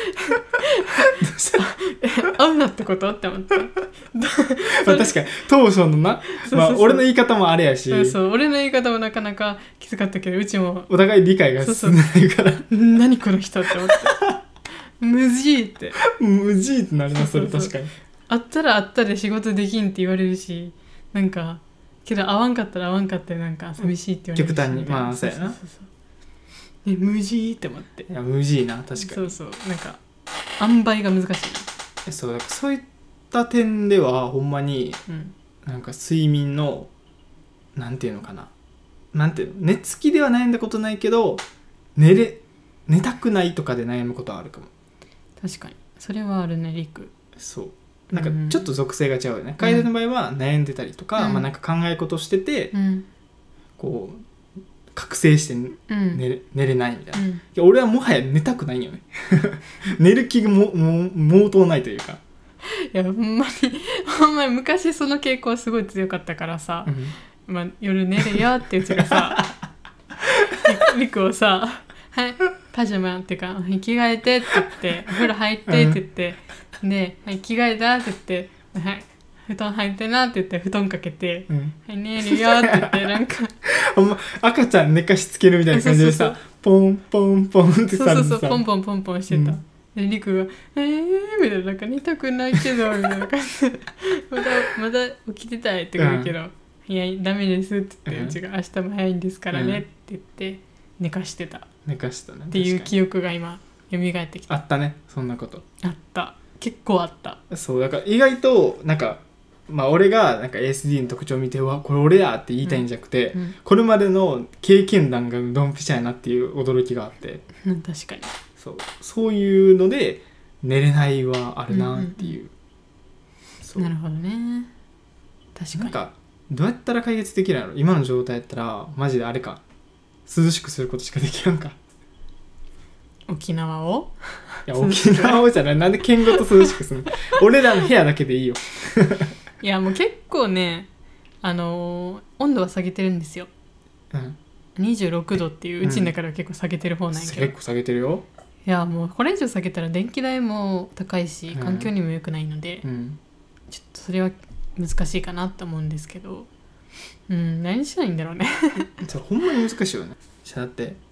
って合うなってことって思ってまあ確かに当初のな、まあ、俺の言い方もあれやし、 そうそう俺の言い方もなかなかきつかったけど、うちもお互い理解が進んでないからそうそう何この人って思って無事って無事ってなりますそれ。確かにあったらあったで仕事できんって言われるし、なんかけど合わんかったら合わんかったらなんか寂しいって言われるし、 極端にまあそうやな。 え無事って思って。 いや無事な、確かにそうそう、なんか塩梅が難しいな。 そうだからそういった点ではほんまに、うん、なんか睡眠のなんていうのかな、なんていうの、寝つきでは悩んだことないけど寝れ寝たくないとかで悩むことはあるかも。 確かにそれはあるね、リク。 そうなんかちょっと属性が違うよね。楓、うん、の場合は悩んでたりとか、うんまあ、なんか考え事してて、うん、こう覚醒して寝れ、うん、寝れないみたいな、うん、いや俺はもはや寝たくないんよね寝る気がもも毛頭ないというか。 いやほんまにほんまに昔その傾向すごい強かったからさ、うんまあ、夜寝れよってうちがさリクをさはいパジャマっていうか着替えてって言ってお風呂入ってって言って、うん、で、はい、着替えたって言ってはい布団入ってなって言って布団かけて、うん、はい寝るよって言ってなんかほんま赤ちゃん寝かしつけるみたいな感じでさそうそうそうポンポンポンってさそうそうそうポンポンポンポンしてた、うん、でリクがえーみたいな、なんか寝たくないけどみたいな感じでまだまだ起きてたいって言うけど、うん、いやダメですって言って、うん、うちが明日も早いんですからねって言って寝かしてた寝かしたねっていう記憶が今蘇ってきた。 あったねそんなこと。 あった結構あった。 そうだから意外となんかまあ俺がなんか エーエスディー の特徴を見てうわこれ俺やって言いたいんじゃなくて、うんうん、これまでの経験談がドンピシャやなっていう驚きがあって、 うん、確かにそうそういうので寝れないはあるなっていう、うんうん、 そうなるほどね。確かになんかどうやったら解決できるの今の状態やったらマジであれか涼しくすることしかできやんか。 沖縄をいや沖縄をじゃないなんで県ごと涼しくするの俺らの部屋だけでいいよいやもう結構ねあのー、温度は下げてるんですよ、うん、にじゅうろくどっていううちの中では結構下げてる方なんやけど、 うん、結構下げてるよ。 いやもうこれ以上下げたら電気代も高いし環境にも良くないので、うん、ちょっとそれは難しいかなと思うんですけど、うん何したらいいんだろうねほんまに難しいよね。だって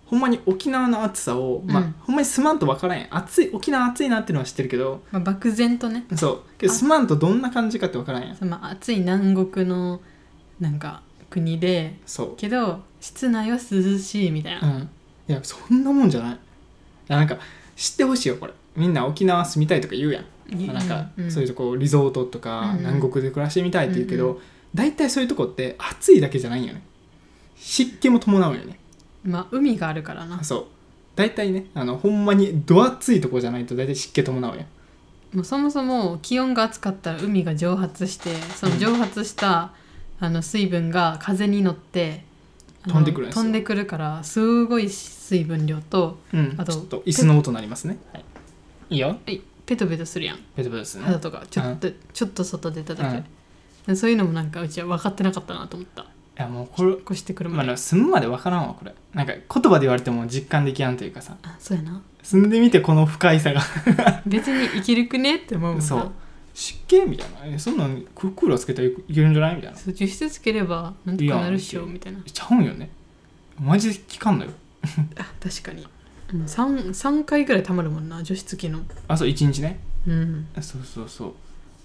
ほんまに沖縄の暑さを、まあ、 うんほんまに住まんと分からんやん。暑い沖縄暑いなっていうのは知ってるけど、 まあ、漠然とねそうけど住まんとどんな感じかって分からんやん。 そのまあ暑い南国のなんか国でそうけど室内は涼しいみたいな、 うん、いやそんなもんじゃない。いやなんか知ってほしいよこれ。みんな沖縄住みたいとか言うやん、 うんなんか、 うん、 そういうとこリゾートとか、 うん、 南国で暮らしてみたいって言うけど、 うん、 大体そういうとこって暑いだけじゃないんよね。湿気も伴うよね。 まあ海があるからな。 そう大体ねあのほんまにど暑いとこじゃないと大体湿気伴うやん。 もうそもそも気温が暑かったら海が蒸発してその蒸発した、うん、あの水分が風に乗って飛んでくるんですよ。 飛んでくるからすごい水分量と、 うん、 あとちょっと椅子の音になりますね、はい、いいよ。 はいペトペトするやんペトペトですね。 肌とかちょっと、うん、ちょっと外出ただけ、うん、そういうのもなんかうちは分かってなかったなと思った。 いやもうこれ越してくるまで、 まあ、住むまで分からんわこれ。なんか言葉で言われても実感できやんというかさ。 あそうやな。 住んでみてこの不快さが別に生きるくねって思うもんな。 そう湿気みたいなえそんなんクーラーつけたらいけるんじゃないみたいな。 そう除湿つければなんとかなるっしょみたいな。 ちゃうんよねマジで効かんのよあ確かに 3, 3回ぐらいたまるもんな除湿機の。 あそういちにちね。 うんそうそうそう、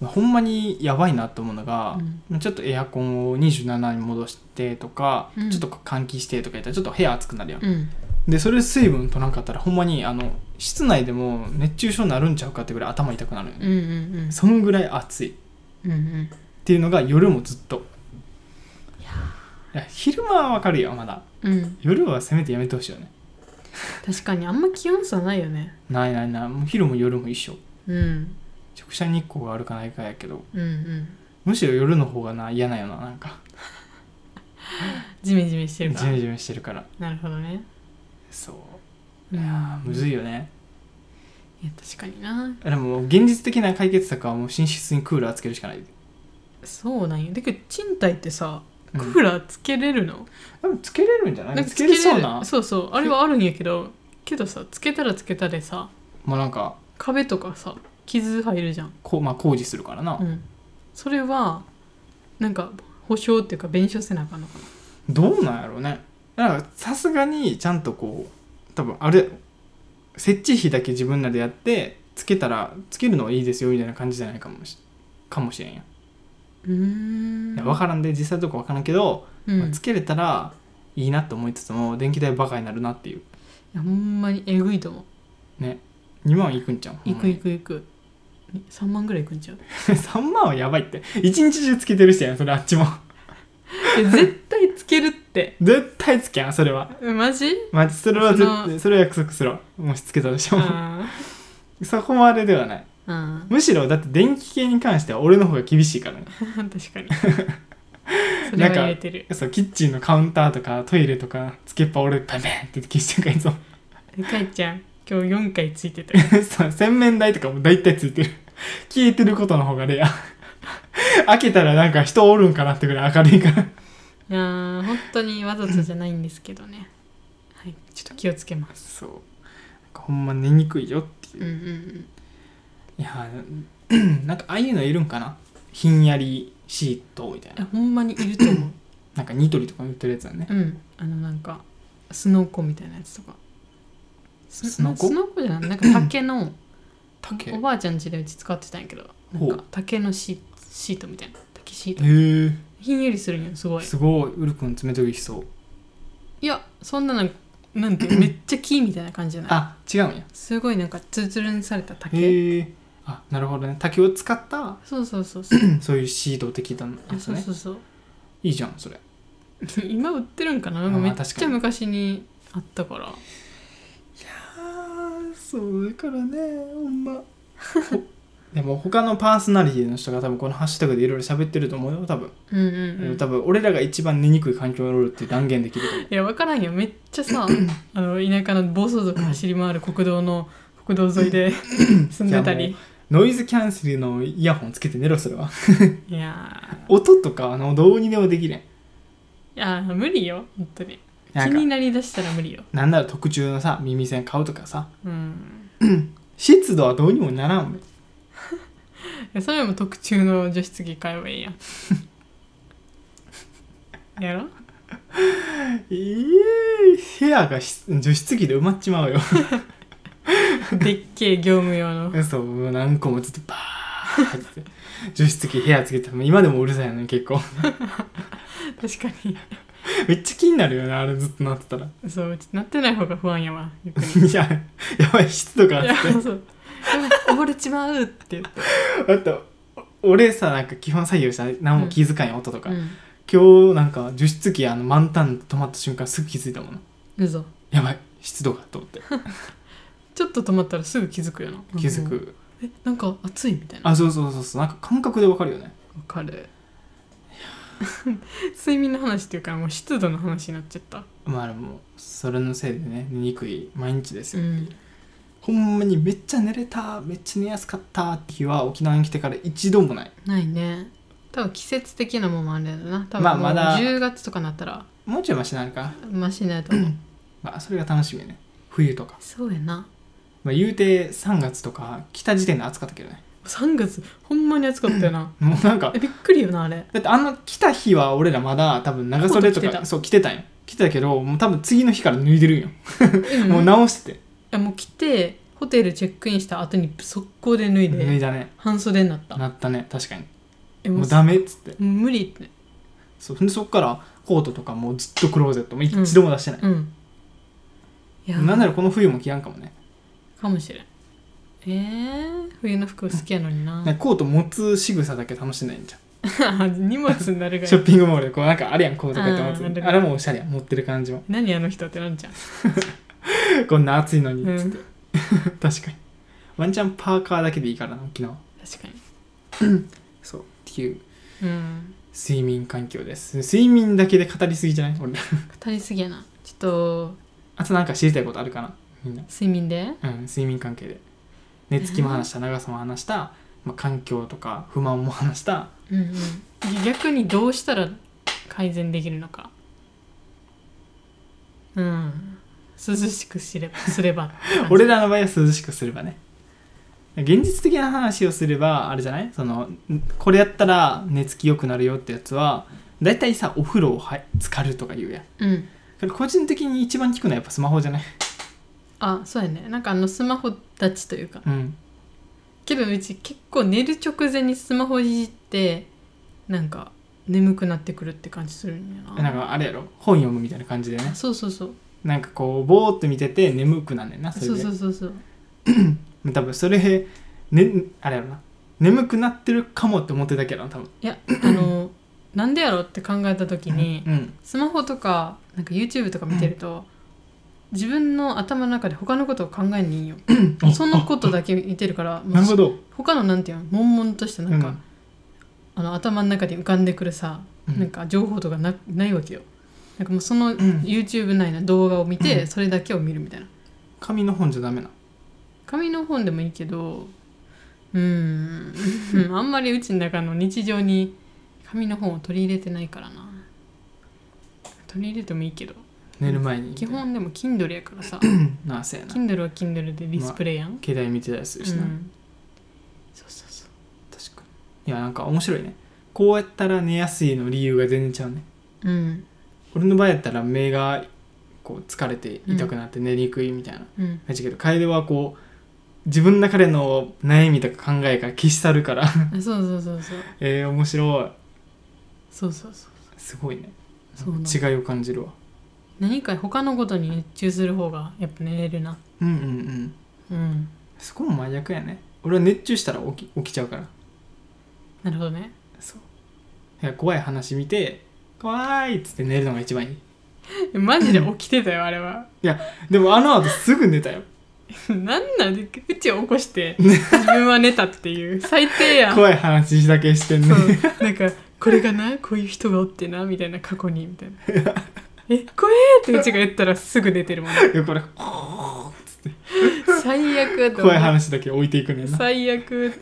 ほんまにやばいなと思うのが、うん、ちょっとエアコンをにじゅうななに戻してとか、うん、ちょっと換気してとかやったらちょっと部屋暑くなるやん、うん、でそれで水分取らんかったらほんまにあの室内でも熱中症になるんちゃうかってぐらい頭痛くなるよね、 うんうんうん、 そのぐらい暑い、うんうん、っていうのが夜もずっと。いやいや昼間はわかるよまだ、うん、夜はせめてやめてほしいよね。 確かにあんま気温差ないよね。 ないないないもう昼も夜も一緒、 うん、 直射日光があるかないかやけど、 うんうん、 むしろ夜の方がな嫌なよななんかジメジメしてるからジメジメしてるから。 なるほどね。 そういやむずいよね。 いや確かにな。 でも現実的な解決策はもう寝室にクーラーつけるしかない。 そうなんよ。だけど賃貸ってさクーラーつけれるの、 うん、でもつけれるんじゃない？なんかつけれそうな。 そうそうあれはあるんやけどけどさつけたらつけたでさもうなんか壁とかさ傷入るじゃん。 こう、まあ、工事するからな、 うん、それはなんか保証っていうか弁償せなあかんのかな。 どうなんやろうね。だからさすがにちゃんとこう多分あれ設置費だけ自分らでやってつけたらつけるのはいいですよみたいな感じじゃないかもしかもしれんや。 うーんいや分からんで実際どこ分からんけど、 うんまあ、つけれたらいいなって思いつつも電気代バカになるなっていう。いやほんまにえぐいと思うね。にまんいくんちゃう。 いくいくいくさんまんぐらいいくんちゃうさんまんはやばいって。一日中つけてるしやんそれあっちも絶対つけるって絶対つけやんそれは。 マジマジそれは絶対それは約束するわ。もしつけたとしてもそこまでではない。むしろだって電気系に関しては俺の方が厳しいからね確かにそれは言えてる。 なんかそうキッチンのカウンターとかトイレとかつけっぱ俺パンパンって消しちゃうからいつもかいちゃん今日よんかいついてたそう洗面台とかも大体ついてる消えてることの方がレア開けたらなんか人おるんかなってぐらい明るいから。いやー本当にわざとじゃないんですけどねはいちょっと気をつけます。 そうほんま寝にくいよっていう、 うんうんうんいやなんかああいうのいるんかなひんやりシートみたいな。 ほんまにいると思うなんかニトリとか売ってるやつだね。 うんあのなんかスノコみたいなやつとかスノコスノコじゃないなんか竹の竹おばあちゃん家でうち使ってたんやけどなんか竹のシシートみたいな竹シートへえひんやりするんよすごい。 すごいウルくん爪研ぎしそう。 いやそんなのなんてめっちゃ木みたいな感じじゃないあ違うんや。 すごいなんかツルツルにされた竹。 へえあなるほどね竹を使ったそうそうそうそうそういうシート的なやつね。 そうそうそういいじゃんそれ今売ってるんかななんかめっちゃ昔にあったから。いやーそうだからねほんまでも他のパーソナリティの人が多分このハッシュタグでいろいろ喋ってると思うよ多分、 うんうんうん、 多分俺らが一番寝にくい環境におるって断言できると思う。 いや分からんよめっちゃさあの田舎の暴走族走り回る国道の国道沿いで住んでたりノイズキャンセルのイヤホンつけて寝ろそれは。 いや音とかあのどうにでもできれん。いや無理よ本当に気になりだしたら無理よ。 なんなら特注のさ耳栓買うとかさ、 うん、 湿度はどうにもならん。 それも特注の除湿機買えばいいやんやろ。 えー、部屋が除湿機で埋まっちまうよでっけえ業務用のそう何個もずっとバーって除湿機部屋つけて今でもうるさいのに結構確かにめっちゃ気になるよねあれずっとなってたらそうなってない方が不安やわ逆にいややばい湿度があってそう溺れちまうって言ってあと俺さなんか基本作業したら何も気づかんよ、うん、音とか、うん、今日なんか除湿機あの満タン止まった瞬間すぐ気づいたもんなうそやばい湿度がと思ってちょっと止まったらすぐ気づくよな気づくえなんか暑いみたいなあそうそうそうそうなんか感覚でわかるよねわかる睡眠の話っていうかもう湿度の話になっちゃったまあでもそれのせいでね寝にくい毎日ですよ、 うん、 ほんまにめっちゃ寝れためっちゃ寝やすかったって日は沖縄に来てから一度もないないね多分季節的なもんもあるんだな多分もうじゅうがつとかなったらもうちょいマシになるかマシになると思うまあそれが楽しみね冬とかそうやな、 まあ、言うてさんがつとか来た時点で暑かったけどねさんがつほんまに暑かったよなもうなんかびっくりよなあれだってあの来た日は俺らまだ多分長袖とか着てたそう着てたんよ着てたけどもう多分次の日から脱いでるんよもう直してていやもう着てホテルチェックインした後に速攻で脱いで脱いだね半袖になったなったね確かにえもうダメっつって無理ってそうでそっからコートとかもうずっとクローゼットも一度も出してない、 うんうん、いやなんならこの冬も着やんかもねかもしれんえー、冬の服好きやのになコート持つ仕草だけ楽しんないんじゃん荷物になるがショッピングモールでこうなんかあれやんコートこうやって持つあ, あれもおしゃれやん持ってる感じも何あの人ってなんじゃんこんな暑いのにっつって、 うん、 確かにワンチャンパーカーだけでいいからな沖縄確かにそうっていう、 うん、 睡眠環境です睡眠だけで語りすぎじゃない俺語りすぎやなちょっとあとなんか知りたいことあるかなみんな睡眠でうん睡眠関係で寝つきも話した、長さも話した、まあ、環境とか不満も話した、 うんうん、逆にどうしたら改善できるのかうん涼しくすればすれば俺らの場合は涼しくすればね現実的な話をすればあれじゃないそのこれやったら寝つき良くなるよってやつはだいたいさお風呂をは浸かるとか言うやん、 うん、 個人的に一番効くのはやっぱスマホじゃないあそうやねなんかあのスマホ立ちというか、 うん、 けどうち結構寝る直前にスマホいじってなんか眠くなってくるって感じするんやななんかあれやろ本読むみたいな感じでねそうそうそうなんかこうぼーっと見てて眠くなんねんなそれでそうそうそうそう多分それ、ね、あれやろな眠くなってるかもって思ってたけど多分いやあのなんでやろって考えた時に、 うん、 スマホとかなんか YouTube とか見てると、うん、自分の頭の中で他のことを考えんにいいよそのことだけ見てるからなるほど他のなんていうの悶々としたなんか、うん、あの頭の中で浮かんでくるさ、うん、なんか情報とか な, ないわけよなんかもうその YouTube 内の動画を見て、うん、それだけを見るみたいな紙の本じゃダメな紙の本でもいいけどうーんあんまりうちの中の日常に紙の本を取り入れてないからな取り入れてもいいけど寝る前に基本でも Kindle やからさなあそうやな Kindle は Kindle でディスプレイやん、まあ、携帯見てたりするしな、うん、 そうそうそう確かにいやなんか面白いねこうやったら寝やすいの理由が全然ちゃうねうん俺の場合やったら目がこう疲れて痛くなって寝にくいみたいな感じ、うん、けど楓はこう自分の中での悩みとか考えが消し去るからそうそうそうそうえー面白いそうそうそうすごいねそう違いを感じるわ何か他のことに熱中する方がやっぱ寝れるなうんうんうんうんそこも真逆やね俺は熱中したら起き、起きちゃうからなるほどねそういや怖い話見て怖いっつって寝るのが一番いいマジで起きてたよあれはいやでもあの後すぐ寝たよなんなんでうちを起こして自分は寝たっていう最低やん怖い話だけしてんねそうなんかこれがなこういう人がおってなみたいな過去にみたいなえ怖えってうちが言ったらすぐ寝てるもん、ね、 いやこれっつって最悪怖い話だけ置いていくねんな最悪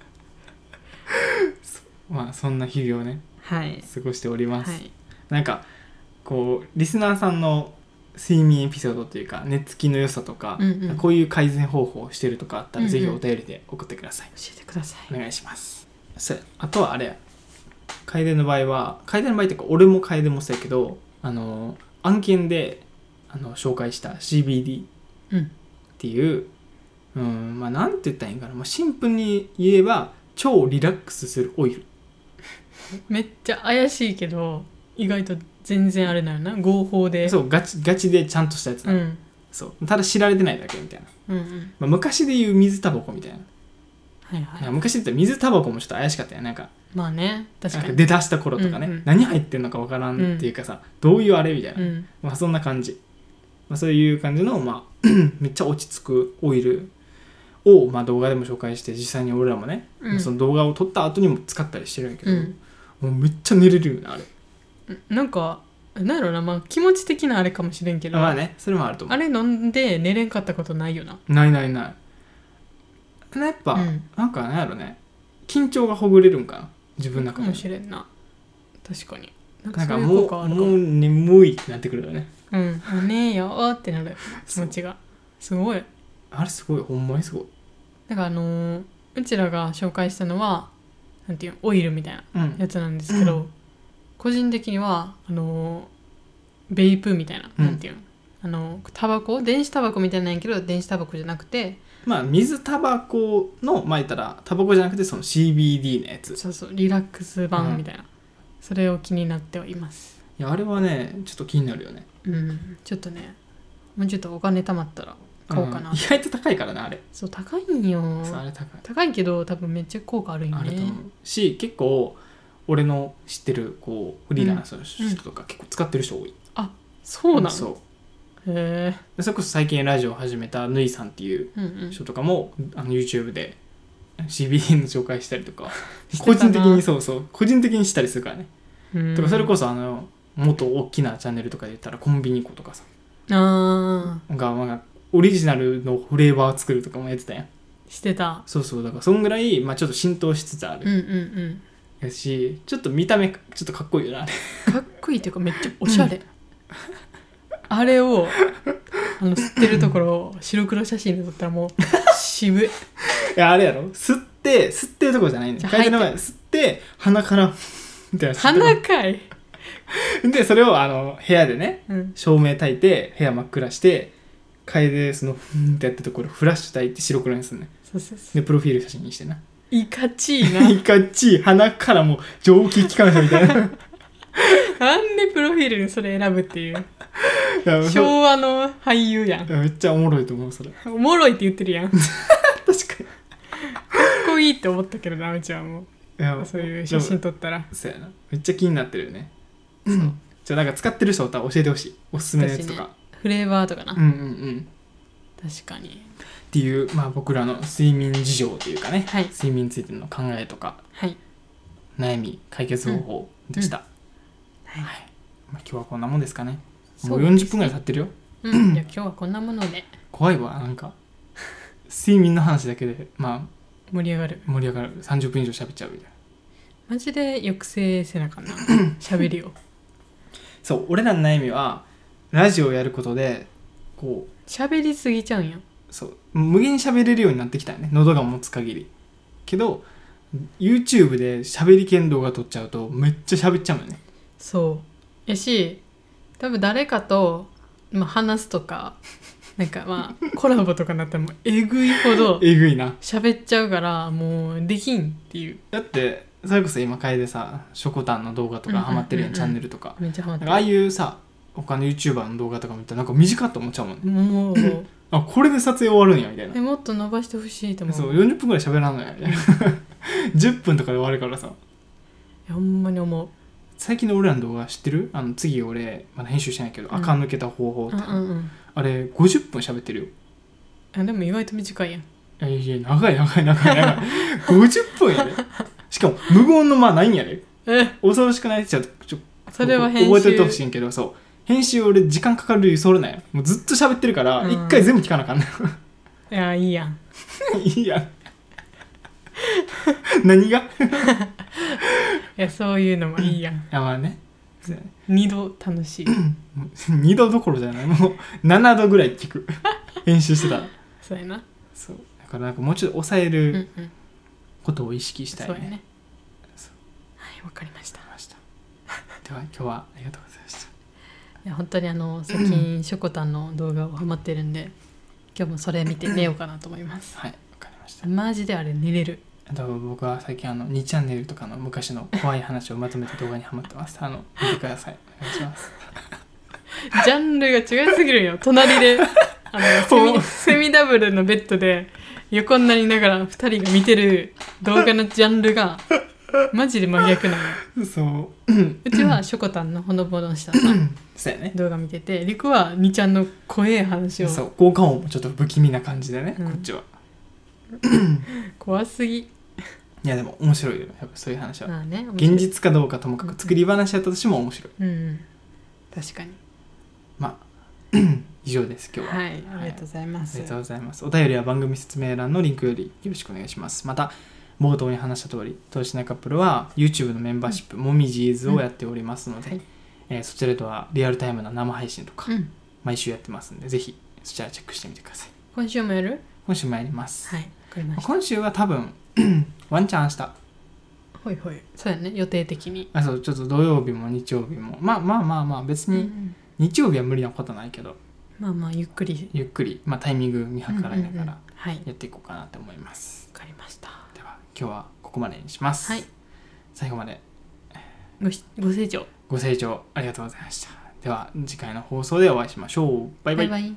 まあそんな日々をね、 はい、 過ごしております、 はい、 なんかこうリスナーさんの睡眠エピソードというか寝つきの良さとか、うんうん、こういう改善方法をしてるとかあったら、うんうん、ぜひお便りで送ってください。 教えてください。 お願いします。あとはあれ、楓の場合は楓の場合っていうか俺も楓もそうやけどあの案件であの紹介した シービーディー っていう、うん、うん、まあなんて言ったらいいんかな、まあ、シンプルに言えば超リラックスするオイル。 めっちゃ怪しいけど意外と全然あれなよな、合法で。 そう、ガチガチでちゃんとしたやつな、うん、そうただ知られてないだけみたいな、うんうん、まあ、昔で言う水タバコみたいな、はいはい、昔で言ったら水タバコもちょっと怪しかったよ。なんかまあね、確かに出だした頃とかね、うんうん、何入ってんのかわからんっていうかさ、うん、どういうあれみたいな、うん、まあ、そんな感じ、まあ、そういう感じの、まあ、めっちゃ落ち着くオイルを、まあ、動画でも紹介して、実際に俺らもね、うん、その動画を撮った後にも使ったりしてるんやけど、うん、もうめっちゃ寝れるよねあれ。 なんかなんやろな、まあ、気持ち的なあれかもしれんけど、 まあね、それもあると思う。 あれ飲んで寝れんかったことないよな。 ないないない。やっぱ、うん、なんかなんやろね、緊張がほぐれるんかな、自分の中で。 かもしれんな。確かに。 なんかそういう効果あるかも。もう眠いってなってくるよね。 うん。もうねえよーってなる気持ちが。すごい。 あれすごい、ほんまにすごい。 なんかあのー、うちらが紹介したのはなんていうオイルみたいなやつなんですけど、うん、個人的にはあのー、ベイプみたいな、うん、なんていうの、あのー、タバコ、電子タバコみたいなんやけど電子タバコじゃなくて、 まあ水タバコのまあ言ったらタバコじゃなくてその シービーディー のやつ、 そうそう、リラックス版みたいな、うん、それを気になってはいます。 いやあれはねちょっと気になるよね。 うん、ちょっとね、もうちょっとお金貯まったら買おうかな、 うん、意外と高いからねあれ。 そう高いんよ。 そうあれ高い高いけど多分めっちゃ効果あるんよね。あると思うし、結構俺の知ってるこうフリーランスの人とか結構使ってる人多い、うん、 あ、そうなの。 そう、 へえ。 それこそ最近ラジオを始めたぬいさんっていう人とかも、うんうん、あの YouTube で シービーディー の紹介したりとか個人的にそうそう個人的にしたりするからね。とかそれこそあのもっと大きなチャンネルとかで言ったらコンビニコとかさあが、まあ、オリジナルのフレーバー作るとかもやってたやん。 してた。 そうそう、だからそんぐらい、まあ、ちょっと浸透しつつある、 うんうんうん、 やし、ちょっと見た目ちょっとかっこいいよなあれ。 かっこいいっていうかめっちゃおしゃれあれをあの吸ってるところを白黒写真で撮ったらもう渋い。いやあれやろ、吸って吸ってるところじゃないね。嗅いでの前吸って鼻からみたいな。 鼻かい。 でそれをあの部屋でね、うん、照明焚いて部屋真っ暗して嗅いでそのフンってやったところフラッシュ焚いて白黒にするね。 そうそうそう。 でプロフィール写真にしてな。 いかちいな。 いかちい。鼻からもう蒸気機関車みたいな。 なんでプロフィールにそれ選ぶっていう。昭和の俳優やん。 めっちゃおもろいと思うそれ。 おもろいって言ってるやん。確かに。 かっこいいって思ったけどな、うちはもう。いやそういう写真撮ったら。 そうやな。めっちゃ気になってるよね。うん。じゃあなんか使ってる人は教えてほしい。おすすめのやつとか、ね、 フレーバーとかな。 うんうんうん。 確かに。 っていう、まあ、僕らの睡眠事情というかね、 はい、 睡眠についての考えとか、 はい、 悩み解決方法でした。 うんうん、はい。 まあ、今日はこんなもんですかね。もうよんじゅっぷんぐらい経ってるよ。 うん、いや今日はこんなもので。 怖いわ、なんか睡眠の話だけでまあ盛り上がる盛り上がるさんじゅっぷん以上喋っちゃうみたいな。 マジで抑制せなあかんな喋りを。 そう、俺らの悩みはラジオをやることでこう喋りすぎちゃうんよ。 そう、無限に喋れるようになってきたよね、喉が持つ限り。けど YouTube で喋り剣動画撮っちゃうとめっちゃ喋っちゃうよね。 そうやし、多分誰かと、まあ、話すとかなんかまあコラボとかになったらもうえぐいほどえぐいな喋っちゃうからもうできんっていう。 だってそれこそ今楓でさしょこたんの動画とかハマってるやん、チャンネルとかめっちゃハマってる。 ああいうさ他の YouTuber の動画とか見たらなんか短っと思っちゃうもんね。 もうあ、これで撮影終わるんやみたいな。 えもっと伸ばしてほしいと思う。 そうよんじゅっぷんぐらい喋らんのやみたいなじゅっぷんとかで終わるからさ。いやほんまに思う。 最近の俺らの動画知ってる？あの次俺まだ編集してないけど、うん、垢抜けた方法って、うんうんうん、あれごじゅっぷん喋ってるよ。 あでも意外と短いやん。 いやいや長い長い長い長いごじゅっぷんやで。しかも無言の間ないんやで。え恐ろしくない？ちょっとちょそれは編集覚えておいてほしいんけど、そう編集俺時間かかる理由それなんや。もうずっと喋ってるから一、うん、回全部聞かなあかんねん。 いやいいやんいいやん何がいやそういうのもいいやん。いやまあね、 にど楽しい。 にどどころじゃない、もうななどぐらい聞く編集してたら。 そうやな。 そうだからなんかもうちょっと抑えることを意識したいね。 そうやね。はい、わかりました。 では今日はありがとうございました。 いや本当にあの最近しょこたんの動画をハマってるんで今日もそれ見て寝ようかなと思いますはい、わかりました。 マジであれ寝れる。 あと僕は最近あのにチャンネルとかの昔の怖い話をまとめた動画にハマってます。あの見てください。お願いします。 ジャンルが違いすぎるよ。隣であのセミ、セミダブルのベッドで横になりながらふたりが見てる動画のジャンルがマジで真逆なの。 そううちはしょこたんのほのぼのしたさそうやね。 動画見てて、りくはにちゃんの怖い話を。 そう効果音もちょっと不気味な感じでね、 うん、 こっちは怖すぎ。 いやでも面白いよやっぱそういう話は、 まあね、 現実かどうかともかく作り話やったとしても面白い。 うん、うん、確かに。 まあ以上です今日は。 はい、ありがとうございます。 ありがとうございます。お便りは番組説明欄のリンクよりよろしくお願いします。また冒頭に話した通り、投資なカップルは YouTube のメンバーシップ、うん、もみじーずをやっておりますので、うん、はい、えー、そちらではリアルタイムな生配信とか、うん、毎週やってますんで、ぜひそちらチェックしてみてください。 今週もやる？ 今週もやります。 はい、わかりました。 今週は多分ワンチャン明日。 ほいほい。そうやね、予定的に。 あ、そう、ちょっと土曜日も日曜日も、まあまあまあまあ別に日曜日は無理なことないけど、 うんうん、まあまあゆっくりゆっくり、まあタイミング見計らいながらやっていこうかなと思います。 わ、うんうん、はい、かりました。 では今日はここまでにします。はい。最後までごしご清聴ご清聴ありがとうございました。では次回の放送でお会いしましょう。バイバイ。バイバイ。